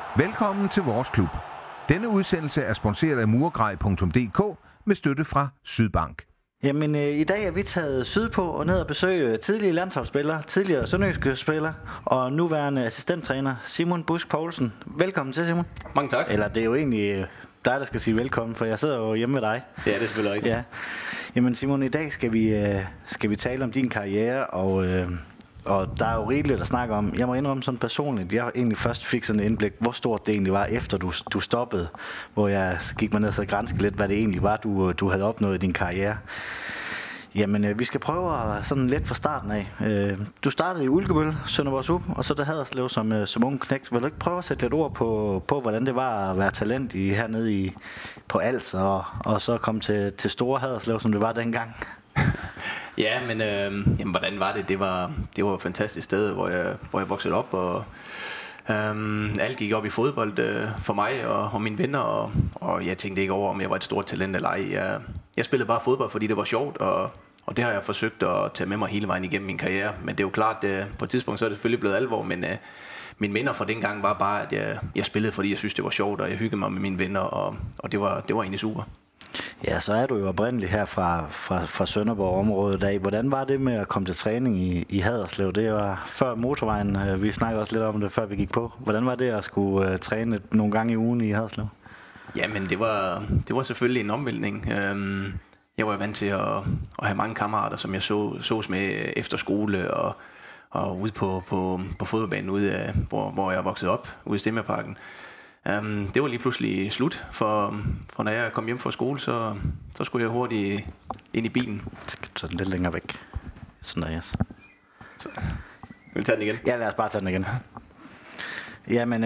Velkommen til vores klub. Denne udsendelse er sponsoreret af Murgrej.dk med støtte fra Sydbank. Jamen, i dag er vi taget sydpå og ned og besøge tidligere landsholdsspillere, tidligere sønderjyske spillere og nuværende assistenttræner Simon Busk Poulsen. Velkommen til, Simon. Mange tak. Eller det er jo egentlig dig, der skal sige velkommen, for jeg sidder jo hjemme med dig. Ja, det er selvfølgelig rigtigt. Ja. Jamen Simon, i dag skal vi tale om din karriere, og der er jo rigeligt at snakke om. Jeg må indrømme sådan personligt, jeg egentlig først fik sådan et indblik, hvor stort det egentlig var, efter du stoppede, hvor jeg gik mig ned og granske lidt, hvad det egentlig var, du havde opnået i din karriere. Jamen, vi skal prøve sådan lidt fra starten af. Du startede i Ulkebøl, Sønderborg UP, og så der Haderslev som ung knægt. Vil du ikke prøve at sætte lidt ord på hvordan det var at være talent hernede på Als, og så komme til store Haderslev, som det var dengang? Ja, men jamen, hvordan var det? Det var et fantastisk sted, hvor jeg voksede op, og alt gik op i fodbold for mig og mine venner, og jeg tænkte ikke over, om jeg var et stort talent eller ej. Jeg spillede bare fodbold, fordi det var sjovt, og det har jeg forsøgt at tage med mig hele vejen igennem min karriere. Men det er jo klart, på et tidspunkt så er det selvfølgelig blevet alvor, men mine minder fra dengang var bare, at jeg spillede, fordi jeg synes det var sjovt, og jeg hyggede mig med mine venner, og det var egentlig super. Ja, så er du jo oprindelig her fra Sønderborg-området af. Hvordan var det med at komme til træning i Haderslev? Det var før motorvejen. Vi snakkede også lidt om det, før vi gik på. Hvordan var det at skulle træne nogle gange i ugen i Haderslev? Jamen, det var selvfølgelig en omvæltning. Jeg var vant til at have mange kammerater, som jeg sås med efter skole og ude på fodboldbanen ude, hvor jeg voksede op, ude i Stemmerparken. Det var lige pludselig slut, for når jeg kom hjem fra skole, så skulle jeg hurtigt ind i bilen. Så den lidt længere væk. Sådan der, yes. Så, vil du tage den igen? Ja, lad os bare tage den igen. Jamen,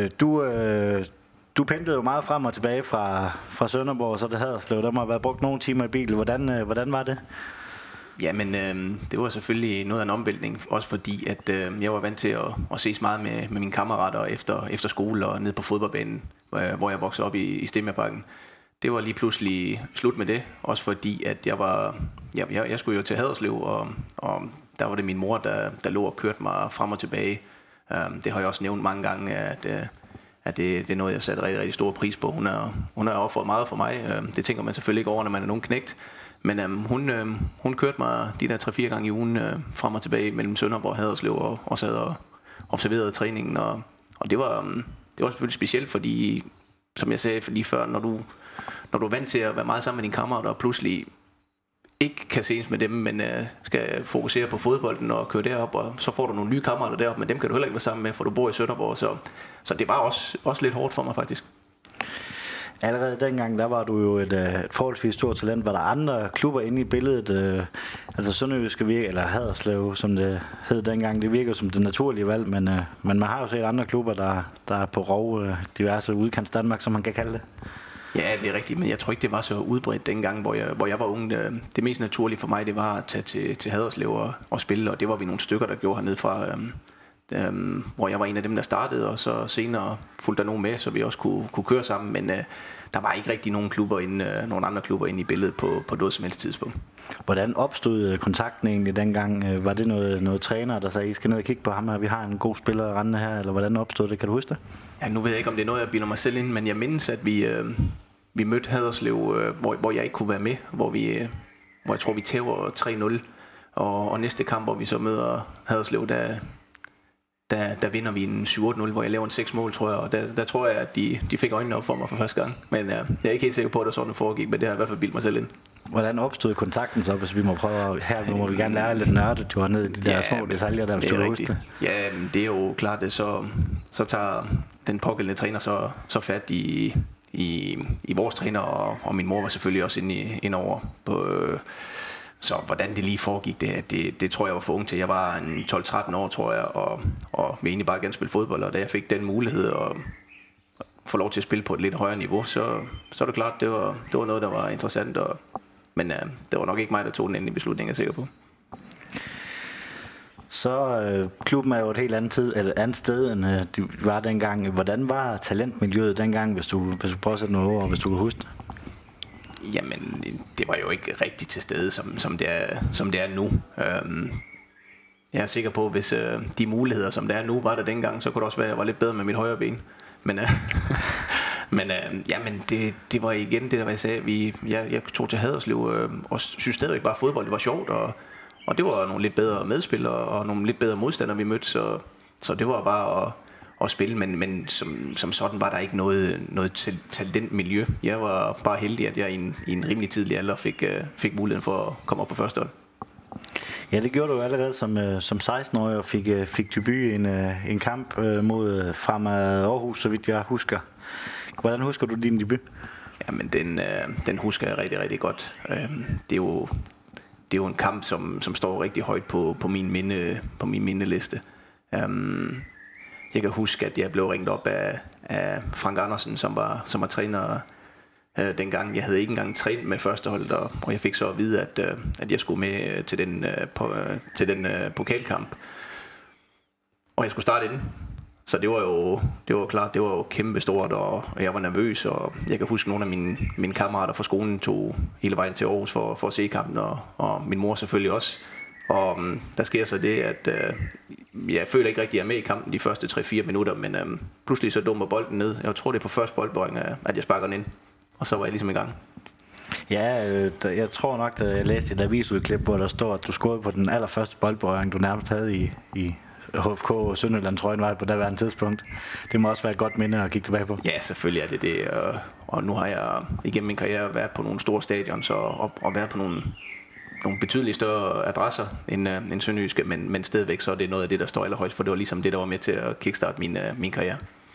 du pendlede jo meget frem og tilbage fra Sønderborg, så det Haderslev. Der må have været brugt nogle timer i bil. Hvordan var det? Jamen, det var selvfølgelig noget af en omvæltning, også fordi at jeg var vant til at ses meget med mine kammerater efter skole og ned på fodboldbanen, hvor jeg voksede op i Stemmerparken. Det var lige pludselig slut med det, også fordi at jeg skulle jo til Haderslev, og der var det min mor, der lå og kørte mig frem og tilbage. Det har jeg også nævnt mange gange, at det er noget, jeg satte rigtig, rigtig stor pris på. Hun har offret meget for mig. Det tænker man selvfølgelig ikke over, når man er nogen knægt. Men hun kørte mig de der 3-4 gange i ugen frem og tilbage mellem Sønderborg og Haderslev, og sad og observerede træningen. Og det var selvfølgelig specielt, fordi, som jeg sagde lige før, når du er vant til at være meget sammen med dine kammerater, og pludselig ikke kan ses med dem, men skal fokusere på fodbolden og køre derop, og så får du nogle nye kammerater derop, men dem kan du heller ikke være sammen med, for du bor i Sønderborg. Så det var også lidt hårdt for mig faktisk. Allerede dengang, der var du jo et forholdsvis stort talent. Var der andre klubber inde i billedet? Altså Sønderjyske virke, eller Haderslev, som det hed dengang. Det virker som det naturlige valg, men man har jo set andre klubber, der er på rov, diverse udkants Danmark, som man kan kalde det. Ja, det er rigtigt, men jeg tror ikke, det var så udbredt dengang, hvor jeg var ung. Det mest naturlige for mig, det var at tage til Haderslev og spille, og det var vi nogle stykker, der gjorde hernede fra, hvor jeg var en af dem, der startede, og så senere fulgte der nogen med, så vi også kunne køre sammen, men der var ikke rigtig nogen andre klubber inde i billedet på noget som helst tidspunkt. Hvordan opstod kontakten egentlig dengang? Var det noget træner, der sagde, I skal ned og kigge på ham her, vi har en god spiller rendende her, eller hvordan opstod det? Kan du huske det? Ja, nu ved jeg ikke, om det er noget, jeg bilder mig selv ind, men jeg mindes, at vi mødte Haderslev, hvor jeg ikke kunne være med, hvor jeg tror, vi tæver 3-0, og næste kamp, hvor vi så møder Haderslev, der vinder vi en 7-8-0, hvor jeg laver en 6 mål, tror jeg, og der tror jeg, at de fik øjnene op for mig for første gang. Men jeg er ikke helt sikker på, at det sådan foregik, men det har i hvert fald bildt mig selv ind. Hvordan opstod kontakten så, hvis vi må prøve her, må vi gerne lære lidt nørdet, du har ned i de der små detaljer, der hvis du husker det. Ja, det er jo klart, at så tager den pågældende træner så fat i vores træner, og min mor var selvfølgelig også inde over på. Så hvordan det lige foregik, det tror jeg var for ung til. Jeg var en 12-13 år, tror jeg, og ville egentlig bare gerne spille fodbold, og da jeg fik den mulighed at få lov til at spille på et lidt højere niveau, så er det klart, det var noget, der var interessant, men det var nok ikke mig, der tog den endelige beslutning, jeg er sikker på. Så klubben er jo et helt andet sted, end de var dengang. Hvordan var talentmiljøet dengang, hvis du prøver at sætte noget over, hvis du kan huske det? Jamen, det var jo ikke rigtig til stede, som det er nu. Jeg er sikker på, hvis de muligheder, som det er nu, var der dengang, så kunne det også være, at jeg var lidt bedre med mit højre ben. Men det var igen det, der jeg sagde. Jeg tog til Haderslev og synes stadigvæk bare, at fodbold det var sjovt, og det var nogle lidt bedre medspillere og nogle lidt bedre modstandere, vi mødte, så det var bare at spille, men som sådan var der ikke noget talentmiljø. Jeg var bare heldig, at jeg i en rimelig tidlig alder fik muligheden for at komme op på første hold. Ja, det gjorde du allerede som 16-årig og fik debut i en kamp mod Fremad Aarhus, så vidt jeg husker. Hvordan husker du din debut? Jamen, den husker jeg rigtig, rigtig godt. Det er jo en kamp, som står rigtig højt på min mindeliste. Jeg kan huske, at jeg blev ringet op af Frank Andersen, som var træner dengang. Jeg havde ikke engang trænet med førsteholdet, og jeg fik så at vide, at jeg skulle med til den pokalkamp. Og jeg skulle starte inden. Så det var klart, det var jo kæmpe stort, og jeg var nervøs, og jeg kan huske, nogle af mine kammerater fra skolen tog hele vejen til Aarhus for at se kampen, og min mor selvfølgelig også. Og der sker så det, at jeg føler ikke rigtig, at jeg er med i kampen de første 3-4 minutter, men pludselig så dummer bolden ned. Jeg tror, det er på første boldberøring, at jeg sparker den ind, og så var jeg ligesom i gang. Ja, jeg tror nok, at jeg læste et avisudklip, hvor der står, at du scorede på den allerførste boldberøring, du nærmest havde i HFK og Sønderjylland, tror jeg, var på daværende tidspunkt. Det må også være et godt minde at kigge tilbage på. Ja, selvfølgelig er det. Og nu har jeg igennem min karriere været på nogle store stadions og været på nogle betydeligt større adresser end Sønderjyske, men stadigvæk så er det noget af det, der står allerhøjst, for det var ligesom det, der var med til at kickstarte min karriere.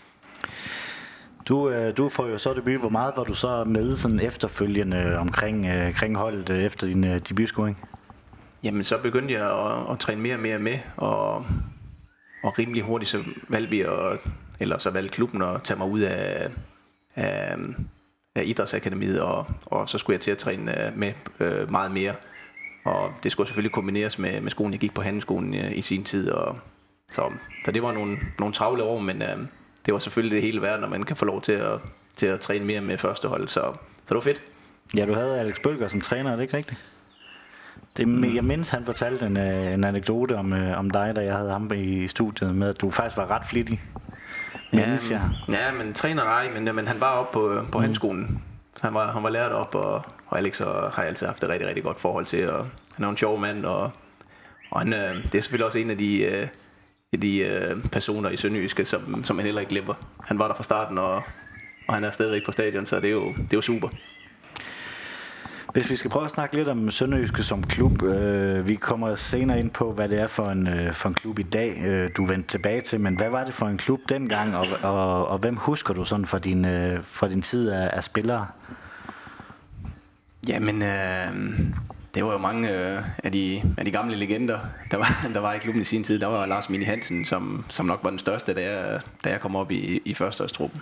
Du får jo så debut. Hvor meget var du så med sådan efterfølgende omkring holdet efter din debutscoring? Jamen, så begyndte jeg at træne mere og mere med, og rimelig hurtigt så valgte klubben at tage mig ud af idrætsakademiet, og så skulle jeg til at træne med meget mere. Og det skulle selvfølgelig kombineres med skolen. Jeg gik på handelsskolen i sin tid, så det var nogle travle år, men det var selvfølgelig det hele værd, når man kan få lov til at træne mere med første hold, så det var fedt. Ja, du havde Alex Bølger som træner, er det ikke rigtigt? Jeg mindes, han fortalte en anekdote om dig, da jeg havde ham i studiet, med at du faktisk var ret flittig. Ja, men træner nej, men han var oppe på handelsskolen. Han var lært op, og Alex har jeg altid haft et rigtig, rigtig godt forhold til, og han er en sjov mand, og han, det er selvfølgelig også en af de personer i Sønderjyske, som man heller ikke glemmer. Han var der fra starten, og han er stadigvæk på stadion, så det er jo super. Hvis vi skal prøve at snakke lidt om Sønderjyske som klub, vi kommer senere ind på, hvad det er for en klub i dag, du vendte tilbage til, men hvad var det for en klub dengang, og hvem husker du sådan fra din tid af spillere? Jamen, det var jo mange af de gamle legender, der var i klubben i sin tid. Der var Lars Mini Hansen, som nok var den største, da jeg kom op i førsteårstruppen.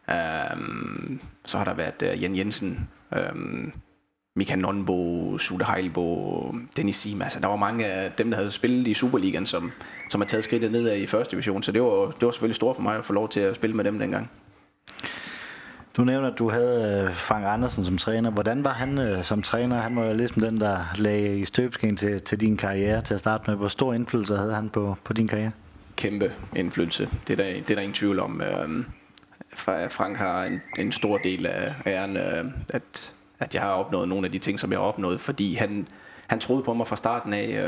Så har der været Jan Jensen, Mikael Nonnebo, Sude Heilbo, Dennis Siem. Altså, der var mange af dem, der havde spillet i Superligaen, som har taget skridtet nedad i første division. Så det var selvfølgelig stort for mig at få lov til at spille med dem dengang. Du nævner, at du havde Frank Andersen som træner. Hvordan var han som træner? Han var jo ligesom den, der lagde i støbeskeen til din karriere til at starte med. Hvor stor indflydelse havde han på din karriere? Kæmpe indflydelse. Det er der ingen tvivl om. Frank har en stor del af æren, at jeg har opnået nogle af de ting, som jeg har opnået, fordi han troede på mig fra starten af.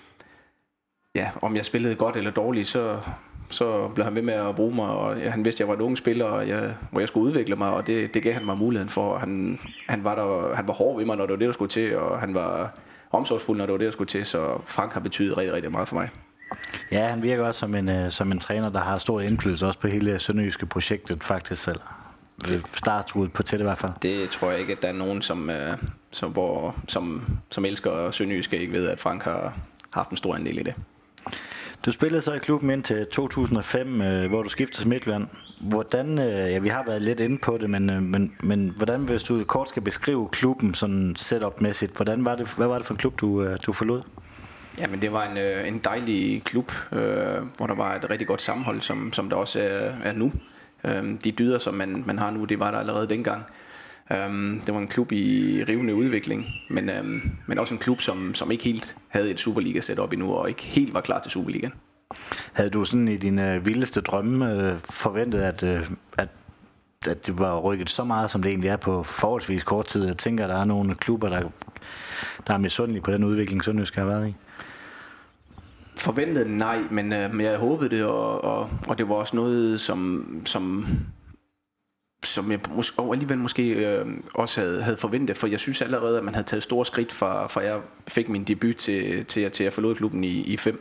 Om jeg spillede godt eller dårligt, så blev han ved med at bruge mig, og han vidste, at jeg var en ung spiller, hvor jeg skulle udvikle mig, og det gav han mig muligheden for. Han var hård ved mig, når det var det, der skulle til, og han var omsorgsfuld, når det var det, der skulle til, så Frank har betydet rigtig, rigtig meget for mig. Ja, han virker også som en træner, der har stor indflydelse også på hele Sønderjyske projektet, faktisk selv. Startskuddet på til det i hvert fald. Det tror jeg ikke, at der er nogen, som elsker Sønderjyske, ikke ved, at Frank har haft en stor andel i det. Du spillede så i klubben indtil 2005, hvor du skiftede til Midtjylland. Hvordan, vi har været lidt inde på det, men hvordan, hvis du kort skal beskrive klubben sådan setup-mæssigt, hvad var det for en klub, du forlod? Jamen, det var en dejlig klub, hvor der var et rigtig godt sammenhold, som der også er nu. De dyder, som man har nu, det var der allerede dengang. Det var en klub i rivende udvikling, men også en klub, som ikke helt havde et Superliga-setup endnu, og ikke helt var klar til Superligaen. Havde du sådan i dine vildeste drømme forventet, at det var rykket så meget, som det egentlig er på forholdsvis kort tid? Jeg tænker, at der er nogle klubber, der er misundelige på den udvikling, Sønderjysk har været i. Forventet nej, men jeg håbede det, og det var også noget, som jeg alligevel måske også havde forventet, for jeg synes allerede, at man havde taget store skridt fra jeg fik min debut til jeg forlod klubben i 5.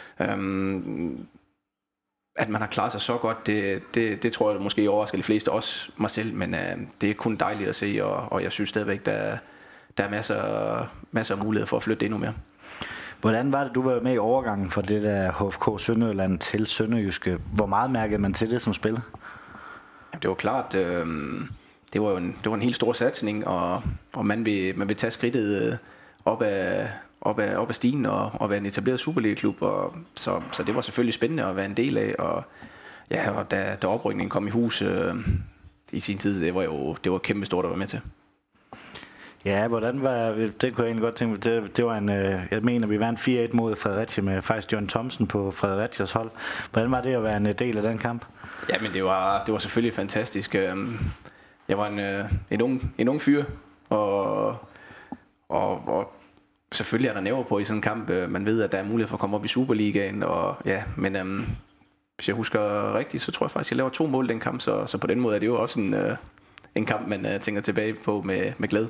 At man har klaret sig så godt, det tror jeg måske overrasker de fleste, også mig selv, men det er kun dejligt at se, og jeg synes stadigvæk, der er masser af muligheder for at flytte endnu mere. Hvordan var det, du var med i overgangen fra det der HFK Sønderjylland til Sønderjyske? Hvor meget mærkede man til det som spiller? Det var klart, det var en helt stor satsning, og man vil tage skridtet op ad stigen og være en etableret Superliga-klub, og så det var selvfølgelig spændende at være en del af, og da oprykningen kom i hus i sin tid, det var kæmpe stort at være med til. Ja, hvordan var det? Kunne jeg egentlig godt tænke. Det var jeg mener, vi vandt 4-1 mod Fredericia med faktisk John Thomsen på Fredericias hold. Hvordan var det at være en del af den kamp? Ja, men det var selvfølgelig fantastisk. Jeg var en ung fyr, og selvfølgelig er der nerver på i sådan en kamp. Man ved, at der er mulighed for at komme op i Superligaen, og ja, men hvis jeg husker rigtigt, så tror jeg faktisk, jeg laver 2 mål den kamp, så på den måde er det jo også en kamp, man tænker tilbage på med glæde.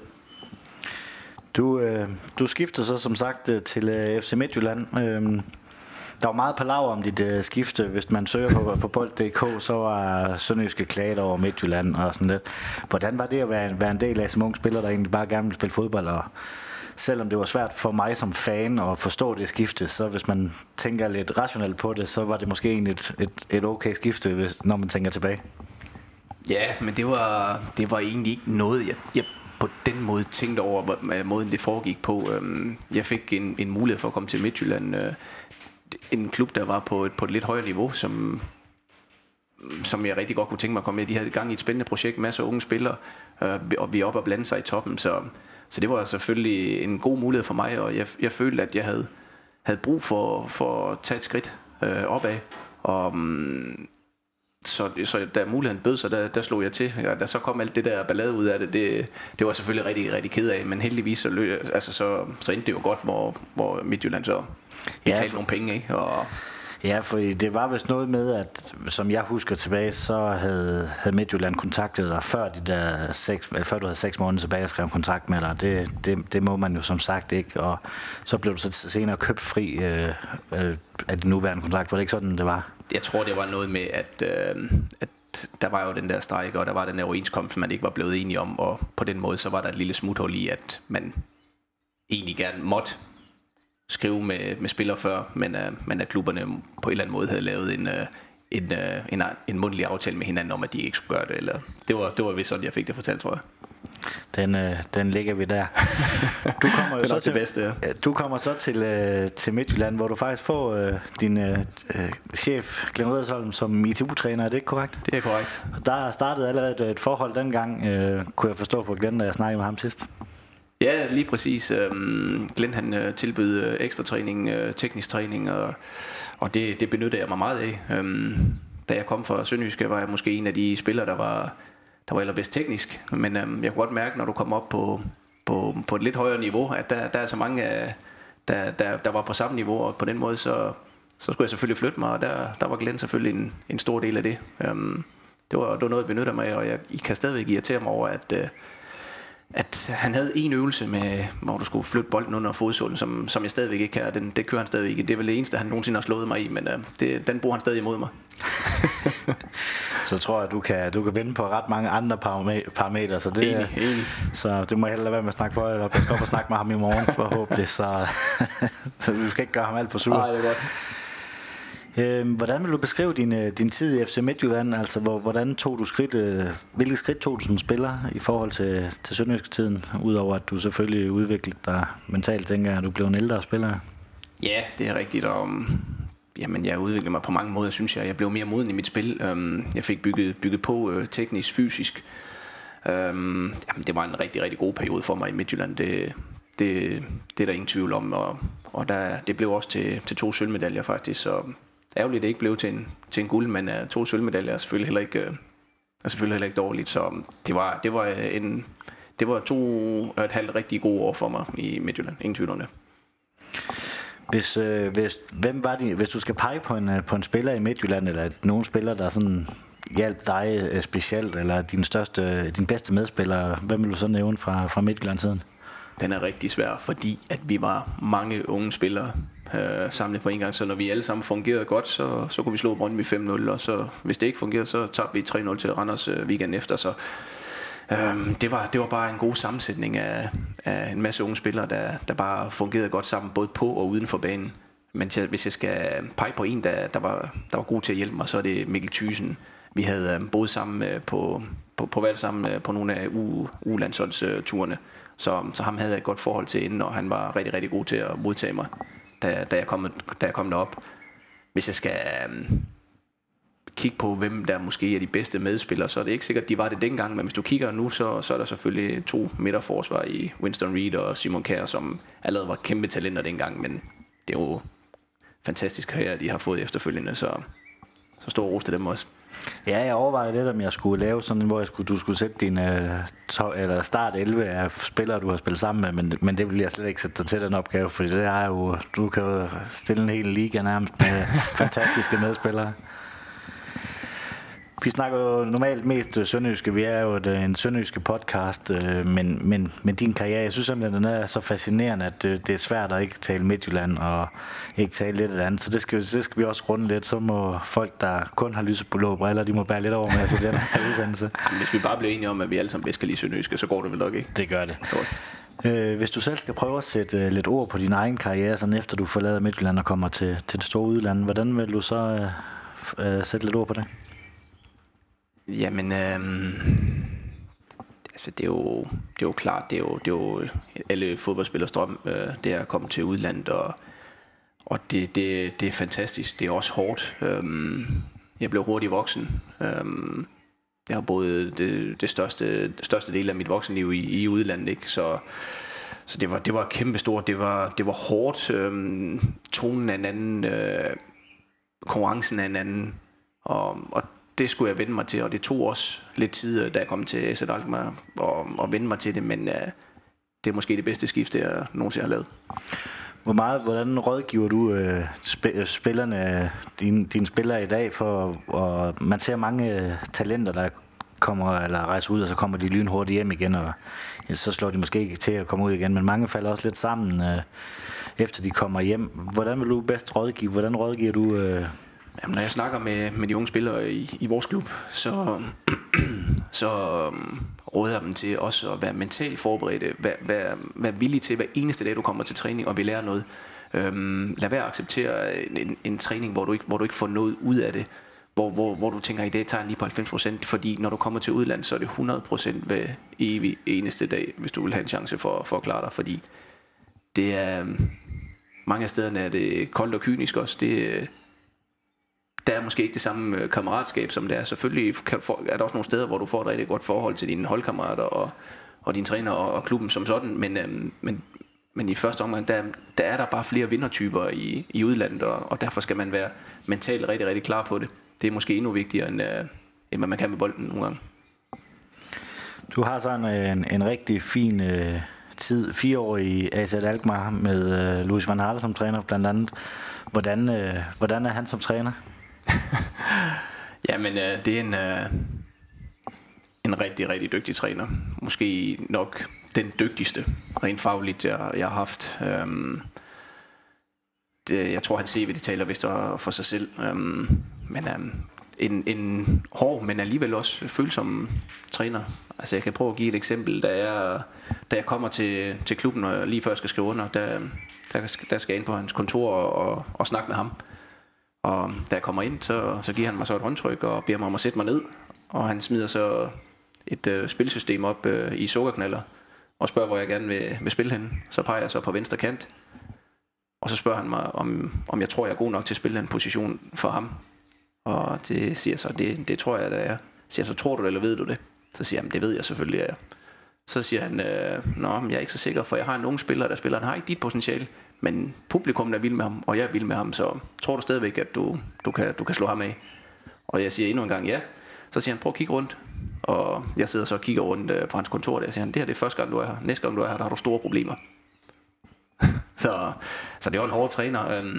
Du skifter så som sagt til FC Midtjylland. Der var meget palaver om dit skifte. Hvis man søger på bold.dk, så var Sønderjyske klaget over Midtjylland og sådan lidt. Hvordan var det at være en del af som ung spiller, der egentlig bare gerne ville spille fodbold? Og selvom det var svært for mig som fan at forstå det skifte, så hvis man tænker lidt rationelt på det, så var det måske egentlig et okay skifte, når man tænker tilbage. Ja, men det var egentlig ikke noget, jeg på den måde tænkte over, måden det foregik på. Jeg fik en mulighed for at komme til Midtjylland. En klub, der var på et lidt højere niveau, som jeg rigtig godt kunne tænke mig at komme med. De havde gang i et spændende projekt, masser af unge spillere, og vi er oppe og blande sig i toppen. Så det var selvfølgelig en god mulighed for mig, og jeg følte, at jeg havde brug for at tage et skridt opad. Og så da muligheden bød, så der slog jeg til. Ja, da så kom alt det der ballade ud af det var jeg selvfølgelig rigtig, rigtig ked af, men heldigvis så endte det jo godt, hvor Midtjylland så betalte nogle penge, ikke? Ja, for det var vist noget med, at som jeg husker tilbage, så havde Midtjylland kontaktet dig før før du havde 6 måneder tilbage og skrev kontrakt med dig. Det må man jo som sagt ikke, og så blev du så senere købt fri af din nuværende kontrakt. Var det ikke sådan, det var? Jeg tror, det var noget med, at der var jo den der strejke, og der var den der overenskomst, man ikke var blevet enige om, og på den måde, så var der et lille smuthul i, at man egentlig gerne måtte skrive med spillere før, men at klubberne på en eller anden måde havde lavet en mundtlig aftale med hinanden om, at de ikke skulle gøre det. Eller det var vist sådan, jeg fik det fortalt, tror jeg. Den ligger vi der. Du kommer jo så til bedste, ja. Du kommer så til Midtjylland, hvor du faktisk får din chef Glenn Riddersholm som ITU-træner. Er det ikke korrekt? Det er korrekt. Der startede allerede et forhold dengang, kunne jeg forstå på Glenn, da jeg snakkede med ham sidst. Ja, lige præcis. Glenn han tilbød ekstra træning, teknisk træning, og det benyttede jeg mig meget af. Da jeg kom fra Sønderjyske, var jeg måske en af de spillere, der var allerbedst teknisk, men jeg kunne godt mærke, når du kom op på et lidt højere niveau, at der er så mange, der var på samme niveau, og på den måde, så skulle jeg selvfølgelig flytte mig, og der var Glenn selvfølgelig en stor del af det. Det var noget, jeg benyttede mig af, og jeg kan stadigvæk irritere mig over, at han havde en øvelse med, hvor du skulle flytte bolden under fodsålen, som jeg stadigvæk ikke kan. Det kører han stadigvæk ikke. Det er vel det eneste, han nogensinde har slået mig i, men den bruger han stadig imod mig. Så tror jeg, du kan vinde på ret mange andre parametre. Så det, enig. Så det må jeg hellere lade være med at snakke for, eller jeg skal op og snakke med ham i morgen forhåbentlig. Så vi skal ikke gøre ham alt for sur. Nej, det er godt. Hvordan vil du beskrive din tid i FC Midtjylland? Altså, hvordan tog du hvilke skridt tog du som spiller i forhold til Sønderjyske-tiden? Udover at du selvfølgelig udviklede dig mentalt, tænker jeg, at du blev en ældre spiller. Ja, det er rigtigt. Og jamen, jeg udviklede mig på mange måder, synes jeg. Jeg blev mere moden i mit spil. Jeg fik bygget på teknisk, fysisk. Jamen, det var en rigtig, rigtig god periode for mig i Midtjylland. Det er der ingen tvivl om. Og det blev også til 2 sølvmedaljer faktisk. Så ærgerligt, at det ikke blev til en guld, men 2 sølvmedaljer er selvfølgelig heller ikke dårligt. Så det var 2,5 rigtig gode år for mig i Midtjylland. Ingen tvivl om det. Hvis du skal pege på en spiller i Midtjylland, eller nogen spiller, der sådan hjalp dig specielt, eller din bedste medspiller, hvem vil du så nævne fra Midtjylland-tiden? Den er rigtig svær, fordi at vi var mange unge spillere samlet på en gang, så når vi alle sammen fungerede godt, så kunne vi slå Brøndby 5-0, og så hvis det ikke fungerede, så tabte vi 3-0 til Randers weekenden efter, så det var bare en god sammensætning af en masse unge spillere, der bare fungerede godt sammen, både på og uden for banen. Men hvis jeg skal pege på en, der var god til at hjælpe mig, så er det Mikkel Thyssen. Vi havde boet sammen på valg sammen på nogle af U-landsholdsturene, så ham havde jeg et godt forhold til inden, og han var rigtig, rigtig god til at modtage mig, da jeg kom derop. Hvis jeg skal kigge på, hvem der måske er de bedste medspillere, så er det ikke sikkert, at de var det dengang, men hvis du kigger nu, så er der selvfølgelig 2 midterforsvar i Winston Reed og Simon Kjær, som allerede var kæmpe talenter dengang, men det er jo fantastisk karriere, de har fået efterfølgende, så stor ros til dem også. Ja, jeg overvejede lidt, om jeg skulle lave sådan en, hvor du skulle sætte din eller start 11 af spillere, du har spillet sammen med, men det vil jeg slet ikke sætte dig til den opgave, fordi det er jo, du kan jo stille en hel liga nærmest med fantastiske medspillere. Vi snakker jo normalt mest sønderjyske. Vi er jo en sønderjyske podcast, men din karriere, jeg synes simpelthen, den er så fascinerende, at det er svært at ikke tale Midtjylland og ikke tale lidt andet. Så det skal vi også runde lidt. Så må folk, der kun har lyseblå briller, de må bære lidt over med til den her udsendelse. Hvis vi bare bliver enige om, at vi alle sammen bedst kan lide sønderjyske, så går det vel nok ikke. Det gør det. Hvis du selv skal prøve at sætte lidt ord på din egen karriere, sådan efter du forlader Midtjylland og kommer til det store udland, hvordan vil du så sætte lidt ord på det? Jamen, altså det er jo klart, det er jo alle fodboldspillers drøm, det er at komme til udlandet, og det er fantastisk. Det er også hårdt. Jeg blev hurtigt voksen. Jeg har boet det største del af mit voksenliv i udlandet, ikke? Så det var kæmpestort. Det var hårdt. Tonen af en anden, konkurrencen af en anden, og det skulle jeg vende mig til, og det tog også lidt tid, da jeg kom til AZ Alkmaar, og vende mig til det, men det er måske det bedste skift, jeg nogensinde har lavet. Hvordan rådgiver du spillerne, dine spillere i dag, og man ser mange talenter, der kommer eller rejser ud, og så kommer de lynhurtigt hjem igen, og så slår de måske ikke til at komme ud igen, men mange falder også lidt sammen, efter de kommer hjem. Hvordan vil du bedst rådgive? Hvordan rådgiver du? Jamen, når jeg snakker med de unge spillere i vores klub, så råder jeg dem til også at være mentalt forberedte, være villige til hver eneste dag, du kommer til træning og vil lære noget. Lad være at acceptere en træning, hvor du ikke får noget ud af det, hvor du tænker, i dag tager jeg lige på 90%, fordi når du kommer til udlandet, så er det 100% hver evig eneste dag, hvis du vil have en chance for at klare dig, fordi det er mange af stederne er det koldt og kynisk også. Der er måske ikke det samme kammeratskab, som det er. Selvfølgelig er der også nogle steder, hvor du får et rigtig godt forhold til dine holdkammerater og dine træner og klubben som sådan, men i første omgang, der er der bare flere vindertyper i udlandet, og derfor skal man være mentalt rigtig, rigtig klar på det. Det er måske endnu vigtigere, end hvad man kan med bolden nogle gange. Du har sådan en rigtig fin tid, 4 år i AZ Alkmaar med Louis van Gaal som træner blandt andet. Hvordan er han som træner? Jamen, det er en rigtig, rigtig dygtig træner. Måske nok den dygtigste, rent fagligt, jeg har haft. Jeg tror, han CV, de taler vist for sig selv. Men en hård, men alligevel også følsom træner. Altså, jeg kan prøve at give et eksempel. Da jeg kommer til klubben, og lige før jeg skal skrive under, der skal jeg ind på hans kontor og snakke med ham. Og da jeg kommer ind, så giver han mig så et håndtryk og beder mig om at sætte mig ned. Og han smider så et spilsystem op i sukkerknaller og spørger, hvor jeg gerne vil spille henne. Så peger jeg så på venstre kant. Og så spørger han mig, om jeg tror, jeg er god nok til at spille en position for ham. Og det siger så, det tror jeg, det er. Siger så, tror du det, eller ved du det? Så siger jeg, det ved jeg selvfølgelig, at jeg. Så siger han, men jeg er ikke så sikker, for jeg har en ung spiller, der spiller. Han har ikke dit potentiale, Men publikum er vild med ham, og jeg er vild med ham, så tror du stadigvæk, at du kan slå ham af? Og jeg siger endnu en gang ja. Så siger han, prøv at kigge rundt. Og jeg sidder så og kigger rundt på hans kontor, og jeg siger, det her det er første gang, du er her. Næste gang, du er her, der har du store problemer. så det var en hård træner.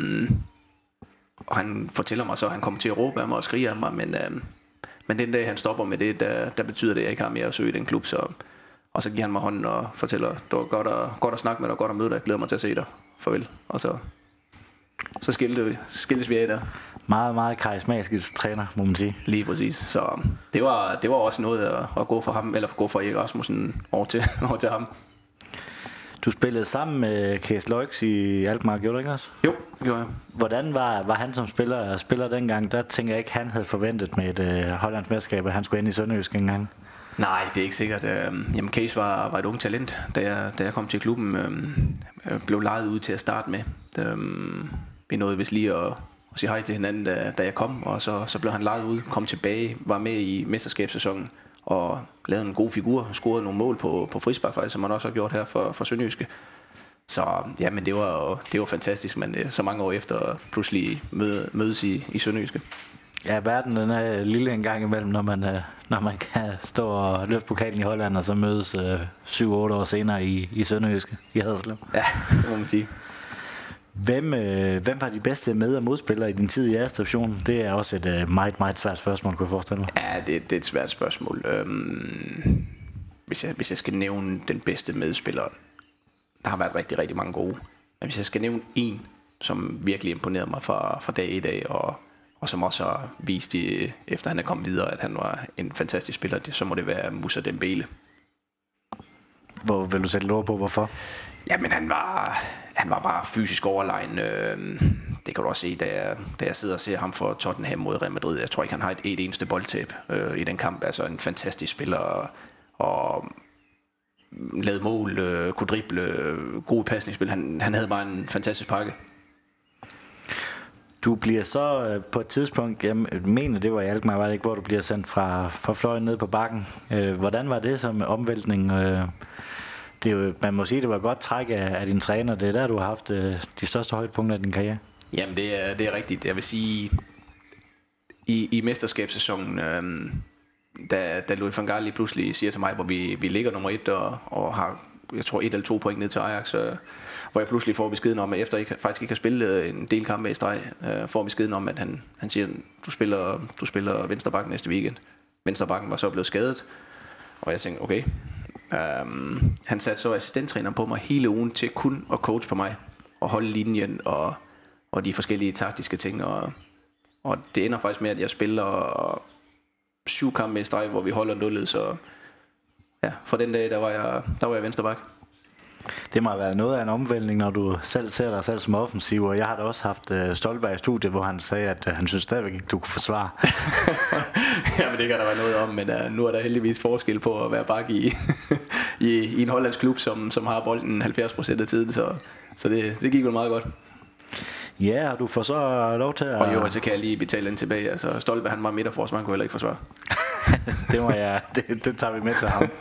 Og han fortæller mig så, at han kommer til at råbe af mig og skrige af mig, men den dag, han stopper med det, der betyder det, at jeg ikke har mere at søge i den klub. Og så giver han mig hånden og fortæller, det var godt at snakke med dig, godt at møde dig, jeg glæder mig til at se dig. Farvel. Og så skiltes vi af der. Meget, meget karismatisk træner, må man sige. Lige præcis. Så det var også noget at gå for ham, eller gå for Erik Rasmussen over til ham. Du spillede sammen med Cees Loix i Alkmaar, gjorde du ikke også? Jo, det gjorde jeg. Hvordan var han som spiller dengang? Der tænker jeg ikke, han havde forventet med et hollandsk mesterskab, at han skulle ind i Sønderjysk engang. Nej, det er ikke sikkert. Jamen, Cees var et ung talent, da jeg kom til klubben. Blev lejet ud til at starte med. Vi nåede vist lige at sige hej til hinanden, da jeg kom, og så blev han lejet ud, kom tilbage, var med i mesterskabssæsonen, og lavede en god figur, scorede nogle mål på frispark faktisk, som man også har gjort her for Sønderjyske. Så ja, men det var fantastisk, men så mange år efter pludselig mødes i Sønderjyske. Ja, verden den er lille en gang imellem, når man kan stå og løfte pokalen i Holland, og så mødes 7-8 år senere i Sønderjyske i Haderslev. Ja, det må man sige. Hvem var de bedste med- og modspillere i din tid i jeres division? Det er også et meget, meget svært spørgsmål, kunne jeg forestille mig. Ja, det er et svært spørgsmål. Hvis jeg skal nævne den bedste medspiller, der har været rigtig, rigtig mange gode. Men hvis jeg skal nævne en, som virkelig imponerede mig fra dag i dag, og som også har vist, efter han er kommet videre, at han var en fantastisk spiller, så må det være Moussa Dembele. Hvor vil du sætte lov på, hvorfor? Jamen, han var bare fysisk overlegen. Det kan du også se, da jeg sidder og ser ham for Tottenham mod Real Madrid. Jeg tror ikke, han har et eneste boldtab i den kamp. Altså en fantastisk spiller, og lavede mål, kunne drible, gode pasningsspil. Han havde bare en fantastisk pakke. Du bliver så på et tidspunkt, jeg mener det var i Alkmaar, var det ikke, hvor du bliver sendt fra fløjen ned på bakken. Hvordan var det som omvæltning? Det er jo, man må sige, det var godt træk af din træner. Det er der, du har haft de største højdepunkter af din karriere. Jamen, det er rigtigt. Jeg vil sige, i mesterskabssæsonen, da Louis van Gaal pludselig siger til mig, hvor vi ligger nummer 1 og har, jeg tror, 1 eller 2 point ned til Ajax, hvor jeg pludselig får beskeden om, at efter jeg faktisk ikke har spillet en del kampe i streg, får beskeden om, at han siger, du spiller venstrebacken næste weekend. Venstrebacken var så blevet skadet, og jeg tænkte, okay. Han satte så assistenttræner på mig hele ugen til kun at coach på mig og holde linjen og de forskellige taktiske ting, og det ender faktisk med, at jeg spiller 7 kampe i streg, hvor vi holder nullet, så ja, for den dag, der var jeg venstreback. Det må have været noget af en omvæltning, når du selv ser dig selv som offensiv, og jeg har da også haft Stolberg i studiet, hvor han sagde, at han synes stadigvæk ikke, du kunne forsvare. Ja, men det kan der være noget om, men nu er der heldigvis forskel på at være bak i en hollandsk klub, som har bolden 70% af tiden, så det gik jo meget godt. Ja, og du får så lov til at... Og jo, så kan jeg lige betale den tilbage. Altså, Stolberg, han var midterforsvar, han kunne heller ikke forsvare. det tager vi med til ham.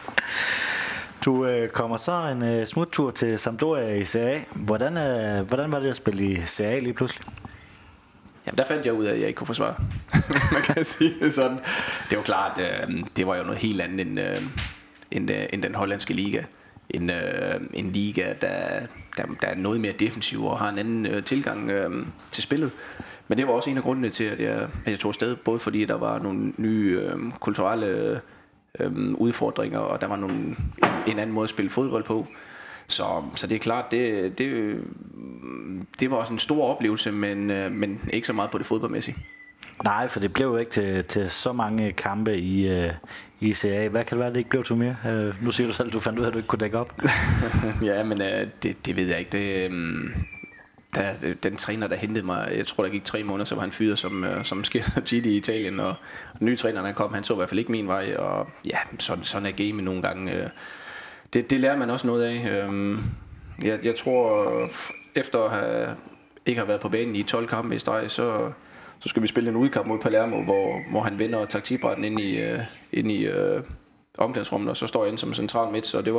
Du kommer så en smuttur til Sampdoria i Serie A. Hvordan var det at spille i Serie A lige pludselig? Jamen, der fandt jeg ud af, at jeg ikke kunne forsvare. Man kan sige det sådan. Det var klart, det var jo noget helt andet end den hollandske liga. En liga, der er noget mere defensiv og har en anden tilgang til spilanden. Men det var også en af grundene til, at jeg tog afsted, både fordi der var nogle nye kulturelle udfordringer, og der var en anden måde at spille fodbold på. Så det er klart, det var også en stor oplevelse, men ikke så meget på det fodboldmæssige. Nej, for det blev jo ikke til så mange kampe i Serie A. Hvad kan det være, det ikke blev til mere? Nu siger du selv, at du fandt ud af, at du ikke kunne dække op. Ja, men det ved jeg ikke. Den træner, der hentede mig, jeg tror, der gik 3 måneder, så var han fyret som Gidi i Italien, og den nye træner, der kom, han så i hvert fald ikke min vej, og ja, sådan er game nogle gange. Det lærer man også noget af. Jeg tror, efter at ikke have været på banen i 12 kampe i streg, så skal vi spille en udkamp mod Palermo, hvor han vinder taktikbrætten ind i omklædningsrummet, og så står jeg inde som central midt, så det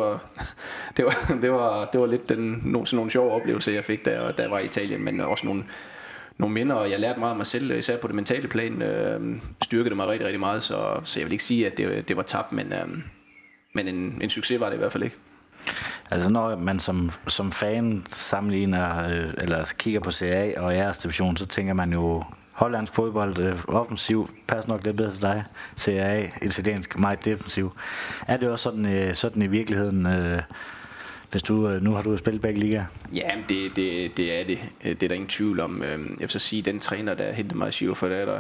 var lidt sådan nogle sjove oplevelser, jeg fik, da jeg var i Italien, men også nogle minder, og jeg lærte meget af mig selv, især på det mentale plan, styrkede mig rigtig, rigtig meget, så jeg vil ikke sige, at det var tabt, men en succes var det i hvert fald ikke. Altså når man som fan sammenligner, eller kigger på CA og jeres division, så tænker man jo, hollandsk fodbold, offensiv, passer nok lidt bedre til dig. CA, italiensk, meget defensiv. Er det også sådan i virkeligheden, hvis nu har du spillet begge ligaer? Ja, det er det. Det er der ingen tvivl om. Jeg vil så sige, den træner, der hentede mig i Giro Ferrara,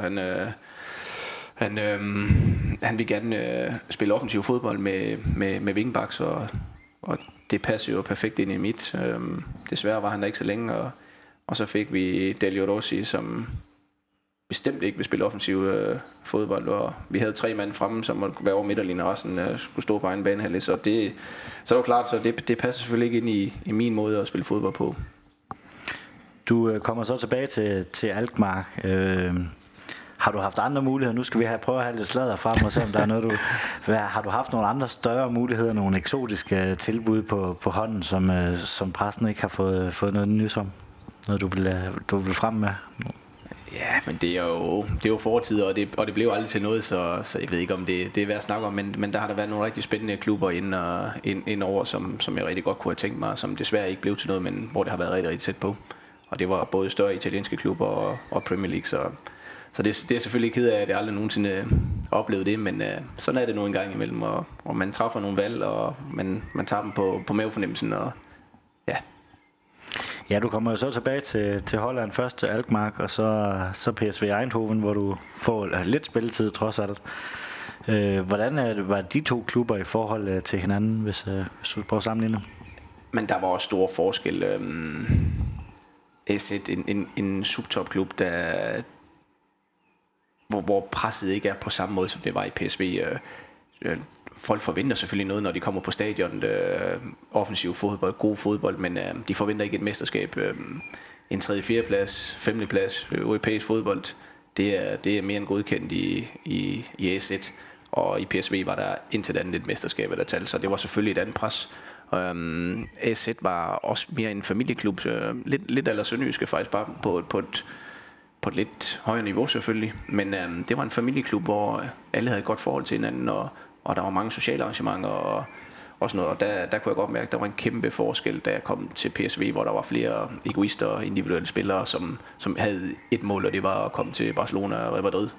han vil gerne spille offensiv fodbold med wingbacks, og det passer jo perfekt ind i mit. Desværre var han der ikke så længe, og så fik vi Delio Rossi, som bestemt ikke vil spille offensiv fodbold, og vi havde 3 mand fremme, som måtte være over midterlinjen, og resten skulle stå på egen banehalvdel, så det var klart, så det passer selvfølgelig ikke ind i min måde at spille fodbold på. Du kommer så tilbage til Alkmaar. Har du haft andre muligheder? Nu skal vi prøve at have lidt sladder frem og se, om der er noget, har du haft nogle andre større muligheder, nogle eksotiske tilbud på hånden, som pressen ikke har fået noget nys om? Noget, du vil frem med? Ja, men det er jo fortid, og det blev aldrig til noget, så jeg ved ikke, om det er værd at snakke om, men der har der været nogle rigtig spændende klubber ind over, som jeg rigtig godt kunne have tænkt mig, som desværre ikke blev til noget, men hvor det har været rigtig, rigtig tæt på. Og det var både større italienske klubber og Premier League, så det er selvfølgelig ikke ked af, at jeg aldrig nogensinde oplevede det, men sådan er det nu en gang imellem, og man træffer nogle valg, og man tager dem på mavefornemmelsen, og ja. Ja, du kommer jo så tilbage til Holland først til Alkmaar, og så PSV Eindhoven, hvor du får lidt spilletid trods alt. Hvordan var de 2 klubber i forhold til hinanden, hvis du prøver at sammenligne? Men der var også store forskel. AZ, en subtopklub, hvor presset ikke er på samme måde, som det var i PSV. Folk forventer selvfølgelig noget, når de kommer på stadion. Offensiv fodbold, god fodbold, men de forventer ikke et mesterskab. En 3. 4. plads, 5. plads, europæisk fodbold, det er mere end godkendt i AZ. Og i PSV var der indtil andet et mesterskab, der talte, så det var selvfølgelig et andet pres. AZ var også mere en familieklub, lidt eller Sønderjyske faktisk, bare på et lidt højere niveau selvfølgelig. Men det var en familieklub, hvor alle havde et godt forhold til hinanden, og der var mange sociale arrangementer og sådan noget, og der kunne jeg godt mærke, at der var en kæmpe forskel, da jeg kom til PSV, hvor der var flere egoister og individuelle spillere, som havde et mål, og det var at komme til Barcelona og Real Madrid.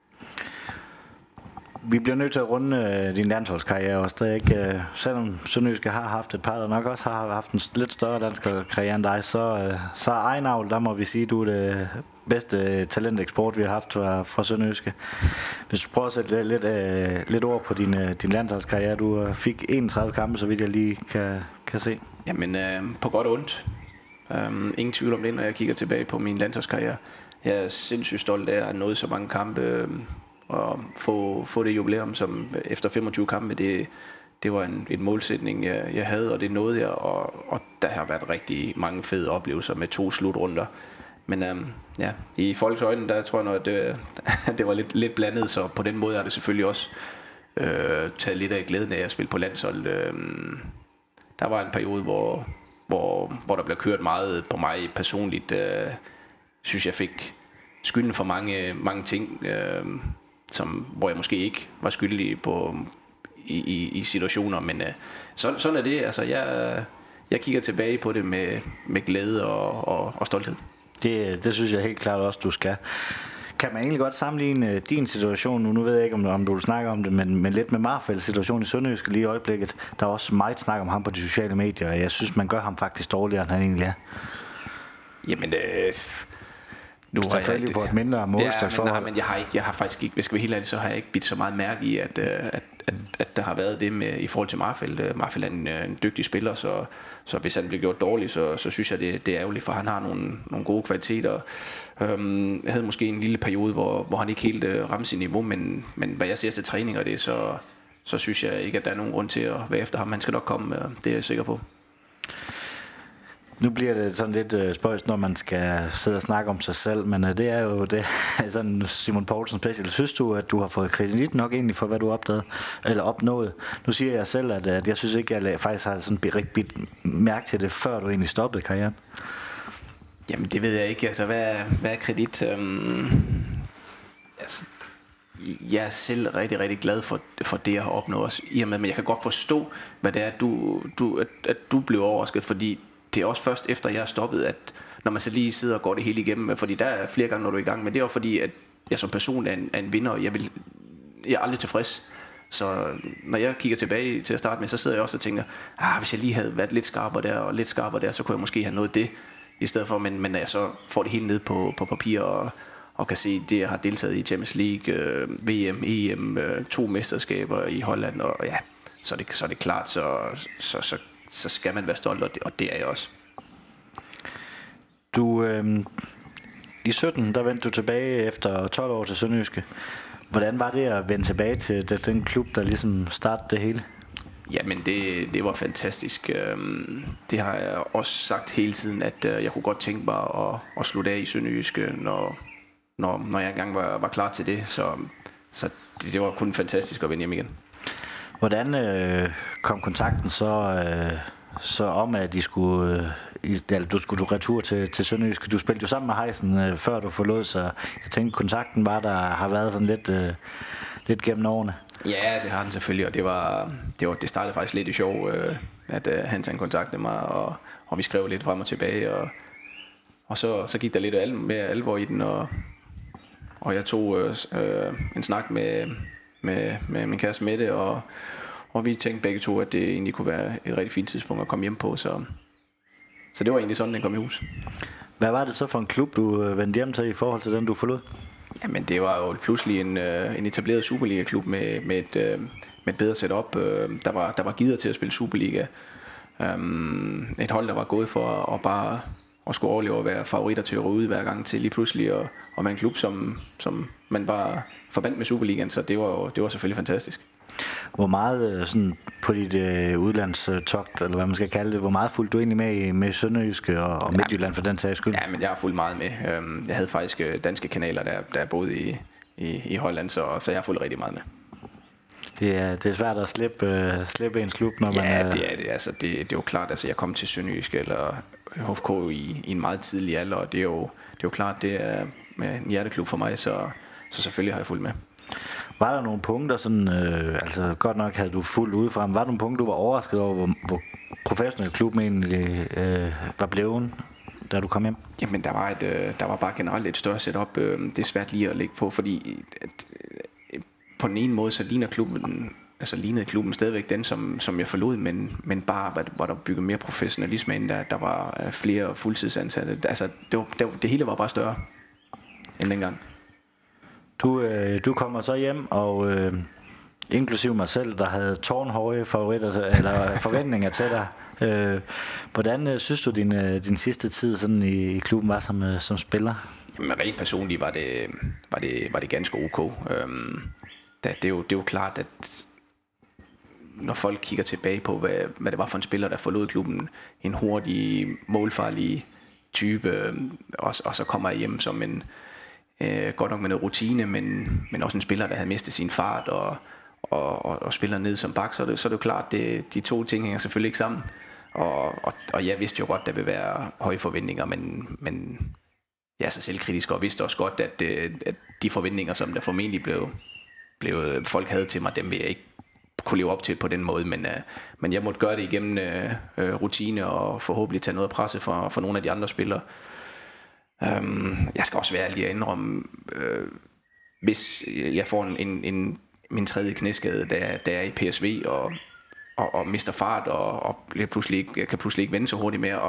Vi bliver nødt til at runde din landsholdskarriere også. Det er ikke, selvom Sønderjyske har haft et par, der nok også har haft en lidt større landsholdskarriere end dig, så Ejenavl, der må vi sige, du er det bedste talenteksport, vi har haft fra Sønderjyske. Hvis du prøver at sætte lidt ord på din landsholdskarriere. Du fik 31 kampe, så vidt jeg lige kan se. Jamen, på godt og ondt. Ingen tvivl om det, når jeg kigger tilbage på min landsholdskarriere. Jeg er sindssygt stolt af at have nået så mange kampe, og få det jubilæum, som efter 25 kampe, det var en målsætning, jeg havde, og det nåede jeg, og der har været rigtig mange fede oplevelser med 2 slutrunder. Men ja, i folks øjne, der tror jeg nok, at det var lidt blandet, så på den måde har det selvfølgelig også taget lidt af glæden af at spille på landshold. Der var en periode, hvor der blev kørt meget på mig personligt. Synes jeg fik skylden for mange ting, hvor jeg måske ikke var skyldig i situationer, men sådan er det. Altså jeg kigger tilbage på det med glæde og stolthed. Det synes jeg helt klart også, du skal. Kan man egentlig godt sammenligne din situation nu ved jeg ikke, om du vil snakke om det, men lidt med Marfelds situation i Sønderjyske lige i øjeblikket. Der er også meget snak om ham på de sociale medier, og jeg synes, man gør ham faktisk dårligere, end han egentlig er. Jamen, nu er selvfølgelig på et mindre målstilsforhold. Ja, men jeg har faktisk ikke, hvis jeg skal være helt ærlig, så har jeg ikke bidt så meget mærke i, at der har været det med i forhold til Marfeld. Marfeld er en dygtig spiller, så hvis han bliver gjort dårlig, så synes jeg, det er ærgerligt, for han har nogle gode kvaliteter. Jeg havde måske en lille periode, hvor han ikke helt ramte sin niveau, men hvad jeg ser til træning og det, så synes jeg ikke, at der er nogen grund til at være efter ham. Han skal nok komme, det er jeg sikker på. Nu bliver det sådan lidt spøjst, når man skal sidde og snakke om sig selv, men det er jo det, sådan Simon Poulsen special. Synes du, at du har fået kredit nok egentlig for, hvad du opdagede, eller opnået? Nu siger jeg selv, at jeg synes ikke, at jeg faktisk har sådan rigtig mærke til det, før du egentlig stoppede karrieren. Jamen det ved jeg ikke, altså hvad er kredit? Altså, jeg er selv rigtig, rigtig glad for det, jeg har opnået også, i og med, men jeg kan godt forstå, hvad det er, at du blev overrasket, fordi det er også først efter, jeg er stoppet, at når man så lige sidder og går det hele igennem, fordi der er flere gange, når du er i gang, men det er også fordi, at jeg som person er en vinder, og jeg er aldrig tilfreds. Så når jeg kigger tilbage til at starte med, så sidder jeg også og tænker, hvis jeg lige havde været lidt skarpere der, og lidt skarpere der, så kunne jeg måske have nået det, i stedet for, men når jeg så får det hele ned på papir, og kan se det, jeg har deltaget i Champions League, VM, EM, 2 mesterskaber i Holland, og ja, så er det klart, så skal man være stolt, og det er jeg også. Du, i 17, der vendte du tilbage efter 12 år til Sønderjyske. Hvordan var det at vende tilbage til den klub, der ligesom startede det hele? Jamen det var fantastisk. Det har jeg også sagt hele tiden, at jeg kunne godt tænke mig at slutte af i Sønderjyske, når jeg engang var klar til det. Så det var kun fantastisk at vende hjem igen. Hvordan kom kontakten så om, at du skulle retur til Sønderjyske? Du spillede jo sammen med Heisen, før du forlod, så jeg tænkte, kontakten har været sådan lidt gennem årene. Ja, det har den selvfølgelig, og det startede faktisk lidt i sjov, at han kontaktede mig, og vi skrev lidt frem og tilbage, og så gik der lidt mere alvor i den, og jeg tog en snak med min kæreste Mette, og vi tænkte begge to, at det egentlig kunne være et rigtig fint tidspunkt at komme hjem på, så det var egentlig sådan, den kom i hus. Hvad var det så for en klub, du vendte hjem til i forhold til den, du forlod? Jamen, det var jo pludselig en etableret Superliga-klub med et bedre setup. Der var gider til at spille Superliga. Et hold, der var gået for at bare at skulle overleve og være favoritter til at ryge ud hver gang, til lige pludselig og med en klub, som man bare forbandt med Superligaen, så det var selvfølgelig fantastisk. Hvor meget sådan på dit udlandstogt, eller hvad man skal kalde det, hvor meget fulgte du egentlig med Sønderjyske og Midtjylland for den sags skyld? Ja, men jeg har fulgt meget med. Jeg havde faktisk danske kanaler, der boede i Holland, så jeg har fulgt rigtig meget med. Det er svært at slippe ens klub, når man... Ja, det er det. Altså, det er jo klart, altså jeg kom til Sønderjyske eller HFK i en meget tidlig alder, og det er jo klart, det er med en hjerteklub for mig, så selvfølgelig har jeg fulgt med. Var der nogle punkter, sådan, altså godt nok havde du fuldt udefra, men var der nogle punkter, du var overrasket over, hvor professionel klubben egentlig var blevet, da du kom hjem? Jamen, der var bare generelt et større setup. Det er svært lige at lægge på, fordi på den ene måde, så lignede klubben stadigvæk den, som jeg forlod, men bare var der bygget mere professionalisme ind, der var flere fuldtidsansatte. Altså, det hele var bare større end dengang. Du kommer så hjem, og inklusive mig selv, der havde tårnhøje forventninger til dig. Hvordan synes du, din sidste tid sådan i klubben var som spiller? Jamen, rent personligt var det ganske ok. Det er jo klart, at når folk kigger tilbage på, hvad det var for en spiller, der forlod klubben, en hurtig, målfarlig type, og så kommer jeg hjem som en godt nok med noget rutine, men også en spiller, der havde mistet sin fart og spiller ned som bak, så er det jo klart, de to ting hænger selvfølgelig ikke sammen. Og jeg vidste jo godt, der vil være høje forventninger, men jeg er så selvkritisk og vidste også godt, at de forventninger, som der formentlig blev folk havde til mig, dem vil jeg ikke kunne leve op til på den måde, men jeg måtte gøre det igennem rutine og forhåbentlig tage noget af presse for nogle af de andre spillere. Jeg skal også være ærlig at indrømme, hvis jeg får min tredje knæskade, da jeg er i PSV og mister fart og kan pludselig ikke vende så hurtigt mere,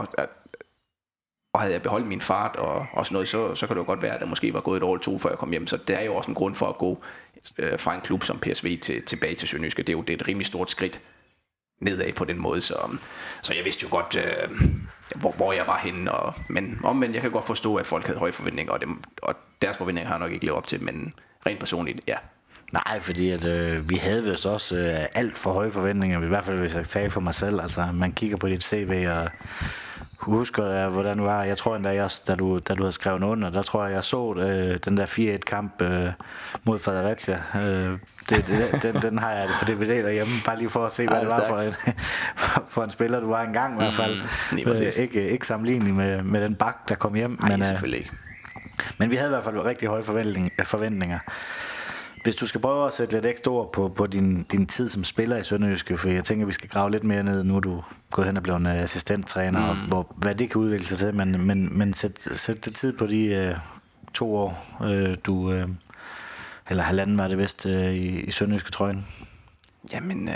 og havde jeg beholdt min fart og sådan noget, så kan det jo godt være, at der måske var gået et år eller to, før jeg kom hjem. Så det er jo også en grund for at gå fra en klub som PSV tilbage til Sønderjyske. Det er et rimelig stort skridt nedad på den måde, så jeg vidste jo godt, hvor jeg var henne, men omvendt, jeg kan godt forstå, at folk havde høje forventninger, og deres forventninger har jeg nok ikke levet op til, men rent personligt, ja. Nej, fordi at, vi havde vist også alt for høje forventninger, i hvert fald hvis jeg tager for mig selv. Altså, man kigger på dit CV, Husker hvordan du var? Jeg tror endda, da du havde skrevet under, der tror jeg så den der 4-1-kamp mod Fredericia. Den har jeg på DVD derhjemme, bare lige for at se, hvad det var for en spiller, du var engang i hvert fald. Ikke sammenlignelig med den bak, der kom hjem. Nej, selvfølgelig ikke. Men vi havde i hvert fald rigtig høje forventninger. Hvis du skal prøve at sætte lidt ekstra ord på din tid som spiller i Sønderjyske, for jeg tænker, vi skal grave lidt mere ned, nu er du gået hen og blevet assistenttræner, og hvad det kan udvikle sig til, men sæt det tid på de 2 år, eller halvanden var det vist, i Sønderjyske trøjen. Jamen,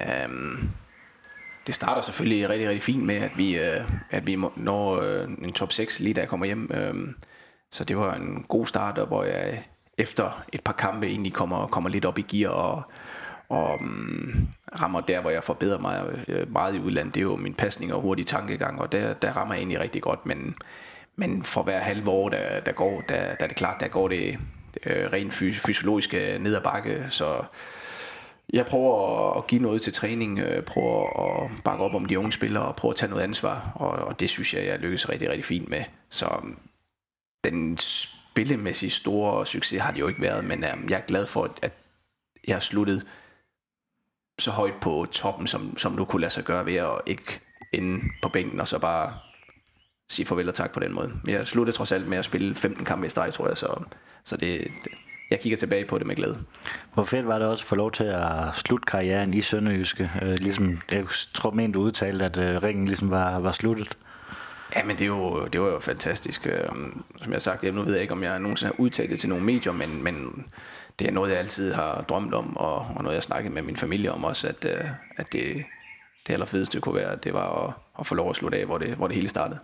det starter selvfølgelig rigtig, rigtig fint med, at vi når en top 6 lige da jeg kommer hjem. Så det var en god start, hvor jeg efter et par kampe egentlig kommer lidt op i gear og rammer der, hvor jeg forbedrer mig meget i udlandet. Det er jo min pasning og hurtig tankegang, og der rammer jeg egentlig rigtig godt. Men for hver halve år, der går, der er det klart, der går det rent fysiologisk ned ad bakke. Så jeg prøver at give noget til træning, prøver at bakke op om de unge spillere og prøver at tage noget ansvar, og det synes jeg lykkes rigtig, rigtig fint med. Så den spillemæssige store succes har det jo ikke været, men jeg er glad for, at jeg har sluttet så højt på toppen, som du kunne lade sig gøre ved at ikke ende på bænken og så bare sige farvel og tak på den måde. Men jeg sluttede trods alt med at spille 15 kampe i streg, tror jeg, så jeg kigger tilbage på det med glæde. Hvor fedt var det også at få lov til at slutte karrieren i Sønderjyske? Ligesom, jeg tror, du udtalte, at ringen ligesom var sluttet. Ja, men det var jo fantastisk. Som jeg har sagt, nu ved jeg ikke, om jeg nogensinde har udtalt det til nogle medier, men det er noget, jeg altid har drømt om, og noget, jeg snakkede med min familie om også, at det allerfedeste kunne være, det var at få lov at slutte af, hvor det hele startede.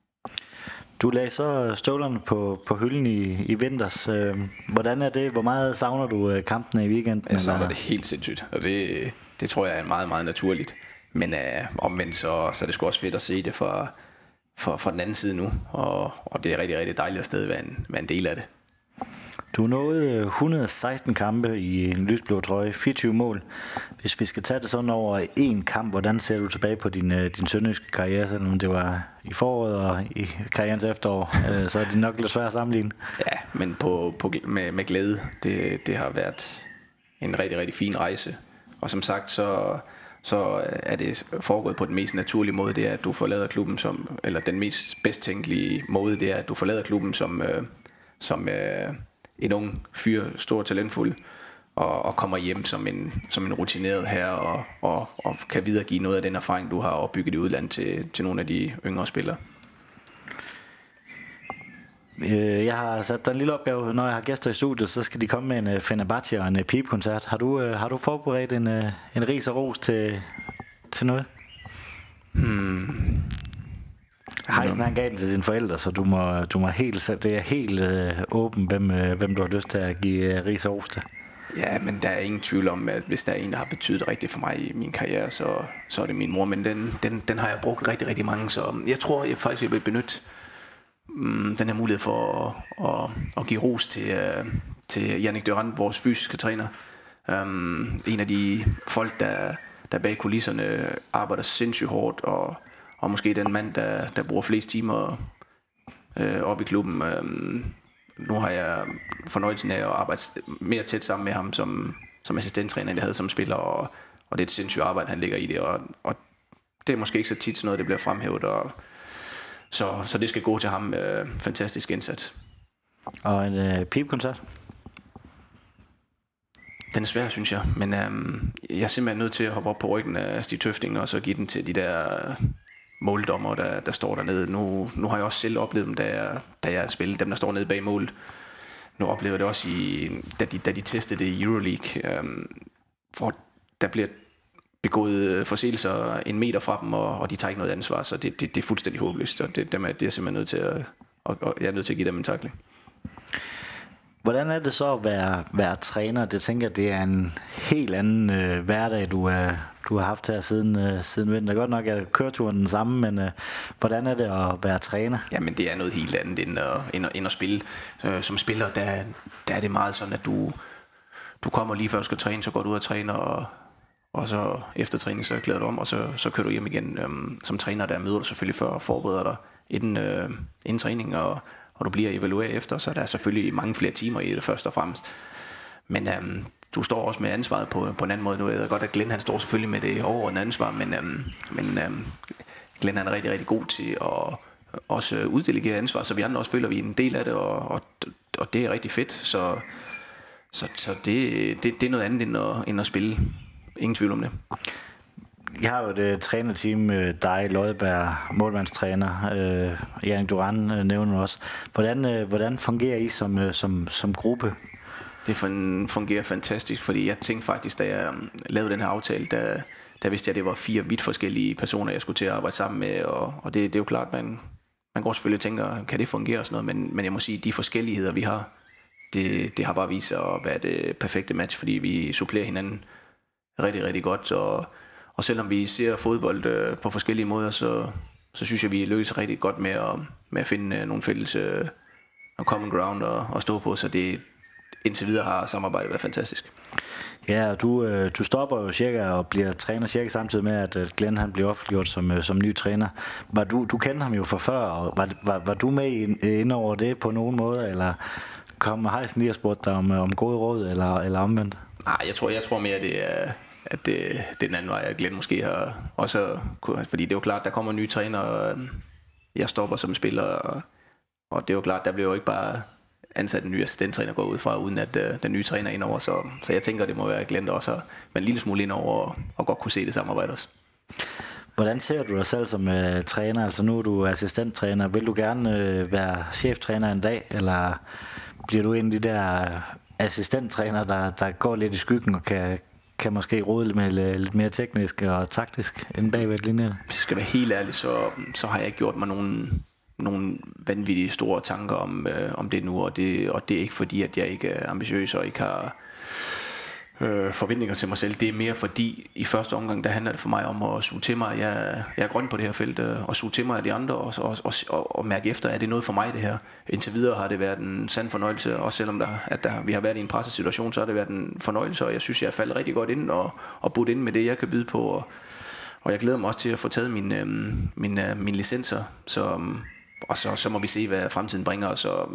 Du lagde så støvlerne på hylden i vinters. Hvordan er det? Hvor meget savner du kampene i weekenden? Jeg savner det helt sindssygt, og det tror jeg er meget, meget naturligt. Men omvendt så er det sgu også fedt at se det fra den anden side nu, og det er rigtig, rigtig dejligt at stadig være en del af det. Du nåede 116 kampe i en lysblå trøje, 24 mål. Hvis vi skal tage det sådan over en kamp, hvordan ser du tilbage på din sønderjyske karriere, selvom det var i foråret og i karrierens efterår, så er det nok lidt svært at sammenligne. Ja, men med glæde. Det har været en rigtig, rigtig fin rejse, og som sagt, så er det foregået på den mest naturlige måde, det er, at du forlader klubben eller den mest bedst tænkelige måde, det er, at du forlader klubben som en ung fyr, stor talentfuld, og kommer hjem som en rutineret herre, og kan videregive noget af den erfaring, du har opbygget i udlandet til nogle af de yngre spillere. Jeg har sat dig en lille opgave, når jeg har gæster i studiet, så skal de komme med en Fenerbahce og en pipkoncert. Har du forberedt en ris og ros til noget? Heisen han gav den til sine forældre, så du må det er helt åben, hvem du har lyst til at give ris og ros til. Ja, men der er ingen tvivl om, at hvis der er en, der har betydet rigtigt for mig i min karriere, så er det min mor. Men den har jeg brugt rigtig, rigtig mange, så jeg tror jeg faktisk vil benytte den her mulighed for at give ros til Jannik Durant, vores fysiske træner. En af de folk, der bag kulisserne arbejder sindssygt hårdt, og måske den mand, der bruger flest timer op i klubben. Nu har jeg fornøjelsen af at arbejde mere tæt sammen med ham som assistenttræner, end jeg havde som spiller, og det er et sindssygt arbejde, han ligger i det, og det er måske ikke så tit sådan noget, det bliver fremhævet, så det skal gå til ham. Fantastisk indsats. Og en pipkoncert? Den er svær, synes jeg, men jeg er simpelthen nødt til at hoppe op på ryggen af Stig Tøfting, og så give den til de der måldommer, der står dernede. Nu har jeg også selv oplevet dem, da jeg spillede, dem der står nede bag målet. Nu oplever jeg det også, da de testede det i Euroleague, hvor der bliver begået forseelser 1 meter fra dem, og de tager ikke noget ansvar, så det er fuldstændig håbløst, og det er simpelthen nødt til at jeg er nødt til at give dem en tackling. Hvordan er det så at være træner? Det tænker jeg, det er en helt anden hverdag, du har haft her siden vinter. Godt nok er køreturen den samme, men hvordan er det at være træner? Jamen det er noget helt andet end at spille. Som spiller, der er det meget sådan, at du kommer lige før du skal træne, så går du ud og træner, og så efter træning, så glæder du om, og så kører du hjem igen. Som træner, der møder du selvfølgelig før og forbereder dig inden træning, og du bliver evalueret efter, så der er selvfølgelig mange flere timer i det først og fremmest. Men du står også med ansvaret på en anden måde nu. Jeg ved godt, at Glenn han står selvfølgelig med det overordnede ansvar, men Glenn han er rigtig, rigtig god til at også uddelegere ansvar, så vi andre også føler, at vi er en del af det, og det er rigtig fedt. Så det er noget andet end at spille. Ingen tvivl om det. Jeg har jo et trænerteam, dig, Lodberg, målmandstræner, Jan Duran nævner også. Hvordan fungerer I som gruppe? Det fungerer fantastisk, fordi jeg tænkte faktisk, da jeg lavede den her aftale, der vidste jeg, at det var 4 vidt forskellige personer, jeg skulle til at arbejde sammen med, og det er jo klart, man går selvfølgelig og tænker, kan det fungere og sådan noget, men jeg må sige, de forskelligheder, vi har, det har bare vist sig at være det perfekte match, fordi vi supplerer hinanden rigtig, rigtig godt, og selvom vi ser fodbold på forskellige måder, så synes jeg, vi løser rigtig godt med at finde nogle fælles common ground og stå på, så det indtil videre har samarbejdet været fantastisk. Ja, og du stopper jo cirka og bliver træner cirka samtidig med, at Glenn han bliver offentliggjort som ny træner. Du kendte ham jo fra før, og var du med ind over det på nogen måde, eller kom Heisen lige og spurgte dig om gode råd, eller omvendt? Nej, jeg tror mere, at det er den anden vej, at Glenn måske har også, fordi det er jo klart, der kommer en ny træner, og jeg stopper som spiller, og det er jo klart, der bliver jo ikke bare ansat en ny assistenttræner går ud fra, uden at den nye træner er indover, så jeg tænker, det må være Glenn også, men en lille smule indover, og godt kunne se det samarbejde også. Hvordan ser du dig selv som træner? Altså nu er du assistenttræner. Vil du gerne være cheftræner en dag, eller bliver du en af de der assistenttræner, der går lidt i skyggen og kan måske rode med lidt mere teknisk og taktisk end bagved linjerne? Hvis jeg skal være helt ærlig, så har jeg ikke gjort mig nogle vanvittige store tanker om det nu, og det er ikke fordi, at jeg ikke er ambitiøs og ikke har forventninger til mig selv. Det er mere fordi, i første omgang, der handler det for mig om at suge til mig. Jeg er grøn på det her felt, og suge til mig af de andre, og mærke efter, er det noget for mig det her? Indtil videre har det været en sand fornøjelse, også selvom vi har været i en pressesituation, så har det været en fornøjelse, og jeg synes, jeg er faldet rigtig godt ind og budt ind med det, jeg kan byde på, og jeg glæder mig også til at få taget mine licenser, og så må vi se, hvad fremtiden bringer os. Og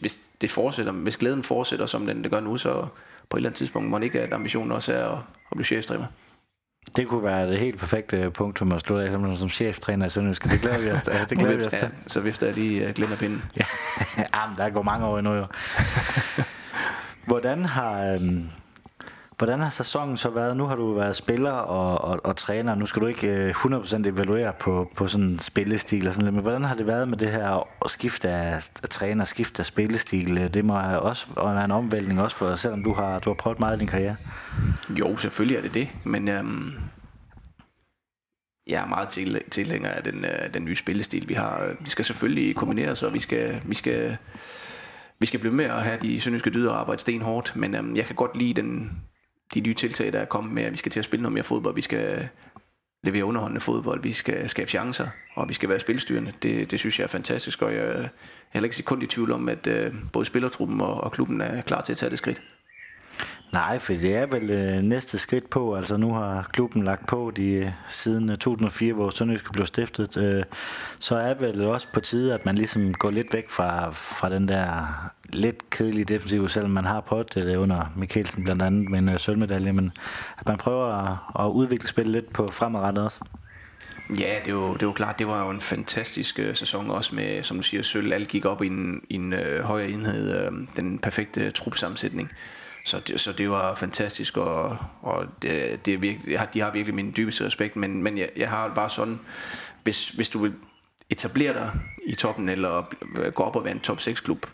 hvis glæden fortsætter, som det gør nu, så på et eller andet tidspunkt må det ikke, at ambitionen også er at blive cheftræner. Det kunne være det helt perfekte punktum at slutte af som cheftræner i Sønderjyske. Det glæder vi os til. Ja, så vifter jeg lige Glenn af pinden. Ja, men der går mange år endnu jo. Hvordan har sæsonen så været? Nu har du været spiller og træner. Nu skal du ikke 100% evaluere på sådan en spillestil og sådan noget. Men hvordan har det været med det her skifte af træner, skifte af spillestil? Det må også være en omvæltning også for, selvom du har prøvet meget i din karriere. Jo, selvfølgelig er det. Men jeg er meget tilhænger af den nye spillestil, vi har. Vi skal selvfølgelig kombineres, og vi skal blive med at have de sønderjyske dyder og arbejde stenhårdt. Men jeg kan godt lide de nye tiltag, der er kommet med, at vi skal til at spille noget mere fodbold, vi skal levere underholdende fodbold, vi skal skabe chancer, og vi skal være spilstyrende. Det synes jeg er fantastisk, og jeg er heller ikke sekund i tvivl om, at både spillertruppen og klubben er klar til at tage det skridt. Nej, for det er vel næste skridt på. Altså nu har klubben lagt på siden 2004, hvor Sønderjyske blev stiftet. Så er vel også på tide, at man ligesom går lidt væk fra den der lidt kedelige defensiv, selvom man har prøvet det under Mikkelsen blandt andet med en sølvmedalje, men at man prøver at udvikle spillet lidt på fremadrettet også. Ja, det er jo klart, det var jo en fantastisk sæson også med, som du siger, sølv. Alt gik op i en højere enhed, den perfekte trupsammensætning. Så det var fantastisk, og det er virkelig, de har virkelig min dybeste respekt, men jeg har bare sådan, hvis du vil etablere dig i toppen, eller gå op og være en top 6 klub,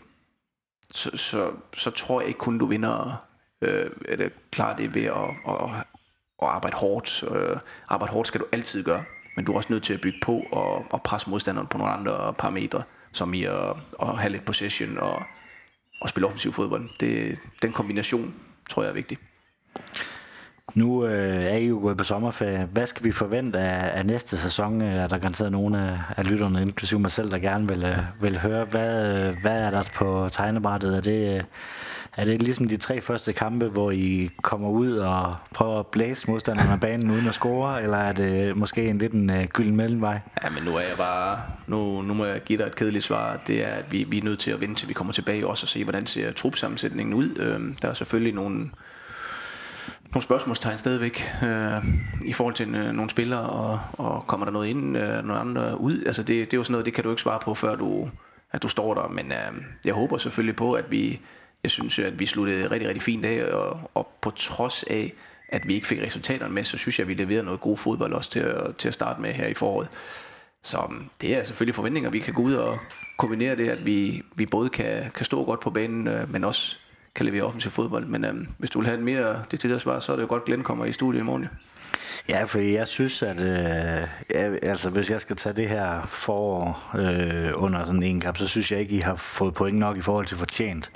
så tror jeg ikke kun du vinder, klare det ved at arbejde hårdt. Arbejde hårdt skal du altid gøre, men du er også nødt til at bygge på og presse modstanderen på nogle andre parametre, som i at have lidt possession og spille offensiv fodbold. Den kombination tror jeg er vigtig. Nu er I jo gået på sommerferie. Hvad skal vi forvente af næste sæson? Er der garanteret nogle af lytterne, inklusive mig selv, der gerne vil høre? Hvad er der på tegnebrættet? Er det ligesom de 3 første kampe, hvor I kommer ud og prøver at blæse modstanderne af banen uden at score? Eller er det måske en gylden mellemvej? Ja, men nu er jeg bare... Nu må jeg give dig et kedeligt svar. Det er, at vi er nødt til at vente, til vi kommer tilbage også og se, hvordan ser trupsammensætningen ud. Der er selvfølgelig nogle spørgsmålstegn stadigvæk i forhold til nogle spillere, og kommer der noget ind, nogle andre ud. Altså det er jo sådan noget, det kan du ikke svare på, før du står der. Men jeg håber selvfølgelig på, at jeg synes, at vi sluttede rigtig, rigtig fint af, og på trods af, at vi ikke fik resultaterne med, så synes jeg, at vi leverede noget god fodbold også til at starte med her i foråret. Så det er selvfølgelig forventninger, vi kan gå ud og kombinere det, at vi både kan stå godt på banen, men også kan levere offensiv fodbold. Men hvis du vil have et mere detaljeret svar, så er det jo godt, Glenn kommer i studiet i morgen. Ja, for jeg synes, at altså, hvis jeg skal tage det her forår under sådan en kamp, så synes jeg ikke, I har fået point nok i forhold til fortjent.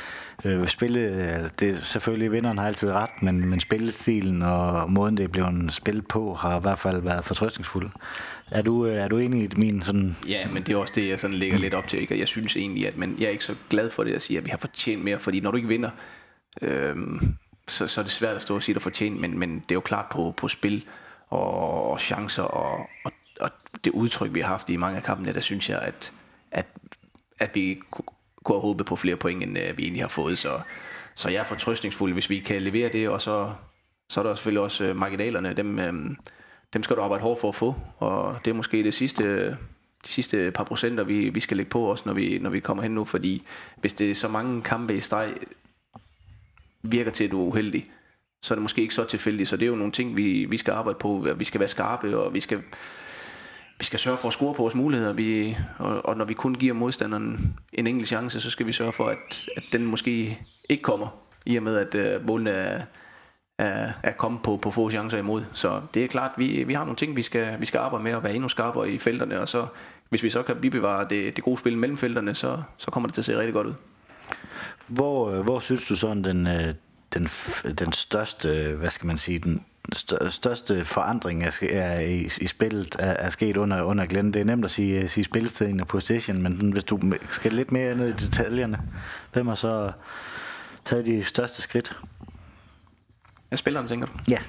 Det selvfølgelig vinderen har altid ret, men spillestilen og måden det er blevet spillet på har i hvert fald været fortrøstningsfuld. Er du enig i min sådan? Ja, men det er også det, jeg sådan lægger lidt op til, ikke? Og jeg synes egentlig, at jeg er ikke så glad for det at sige, at vi har fortjent mere, fordi når du ikke vinder, så er det svært at stå og sige, at du har fortjent, men det er jo klart på spil og chancer og det udtryk, vi har haft i mange af kampene, der synes jeg, at vi kunne have håbet på flere point, end vi egentlig har fået. Så jeg er fortrøstningsfuld, hvis vi kan levere det, og så er der selvfølgelig også marginalerne, dem skal du arbejde hårdt for at få, og det er måske de sidste par procenter, vi skal lægge på også, når vi kommer hen nu, fordi hvis det er så mange kampe i streg virker til, at du er uheldig, så er det måske ikke så tilfældigt, så det er jo nogle ting, vi skal arbejde på, vi skal være skarpe, og vi skal sørge for at score på vores muligheder, og når vi kun giver modstanderen en enkelt chance, så skal vi sørge for, at den måske ikke kommer, i og med at målene er kommet på få chancer imod. Så det er klart, vi har nogle ting, vi skal arbejde med, og være endnu skarpere i felterne, og så hvis vi så kan bibevare det gode spil mellem felterne, så kommer det til at se rigtig godt ud. Hvor synes du sådan den største, hvad skal man sige, den største forandring i spillet er sket under Glenn? Det er nemt at sige spilletiden og position, men hvis du skal lidt mere ned i detaljerne, hvem har så taget de største skridt? Jeg spilleren, tænker du? Ja.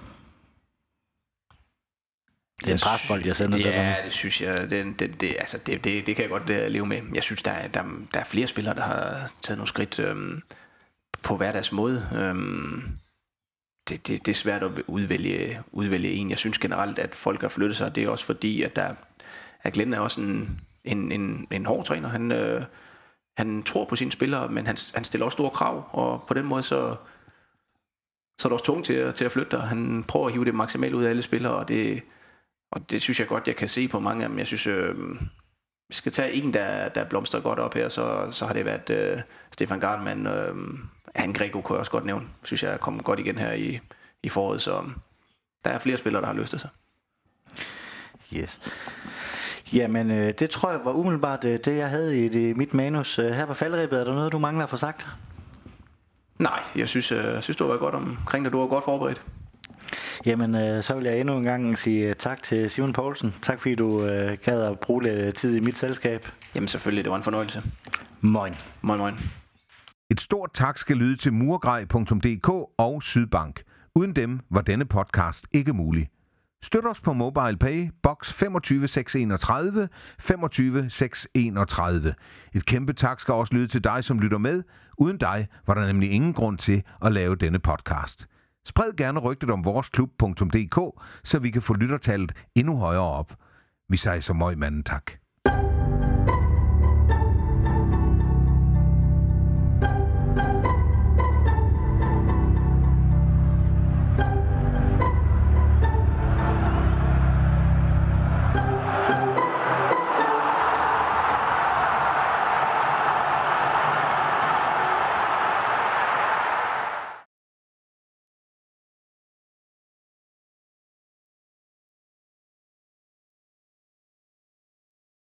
Det er en presbold, jeg sender til dig. Ja, det synes jeg. Det kan jeg godt leve med. Jeg synes, der er flere spillere, der har taget nogle skridt på hver deres måde. Det er svært at udvælge en. Jeg synes generelt, at folk har flyttet sig. Det er også fordi, at Glenn er også en hård træner. Han tror på sine spillere, men han stiller også store krav, og på den måde så er det også tungt til at flytte dig. Han prøver at hive det maksimalt ud af alle spillere, og det synes jeg godt, jeg kan se på mange af dem. Jeg synes, vi skal tage en, der blomstrer godt op her, så har det været Stefan Garnmann. Han Grego kunne jeg også godt nævne. Synes jeg er kommet godt igen her i foråret, så der er flere spillere, der har løftet sig. Yes. Jamen, det tror jeg var umiddelbart det, jeg havde i mit manus. Her på faldrebet, er der noget, du mangler at få sagt? Nej, jeg synes du har været godt omkring det. Du var godt forberedt. Jamen, så vil jeg endnu en gang sige tak til Simon Poulsen. Tak fordi du gad at bruge lidt tid i mit selskab. Jamen selvfølgelig, det var en fornøjelse. Moin. Moin, moin. Et stort tak skal lyde til Murgrej.dk og Sydbank. Uden dem var denne podcast ikke mulig. Støt os på MobilePay, box 25631, 25631. Et kæmpe tak skal også lyde til dig, som lytter med. Uden dig var der nemlig ingen grund til at lave denne podcast. Spred gerne rygtet om voresklub.dk, så vi kan få lyttertallet endnu højere op. Vi siger så møg manden tak.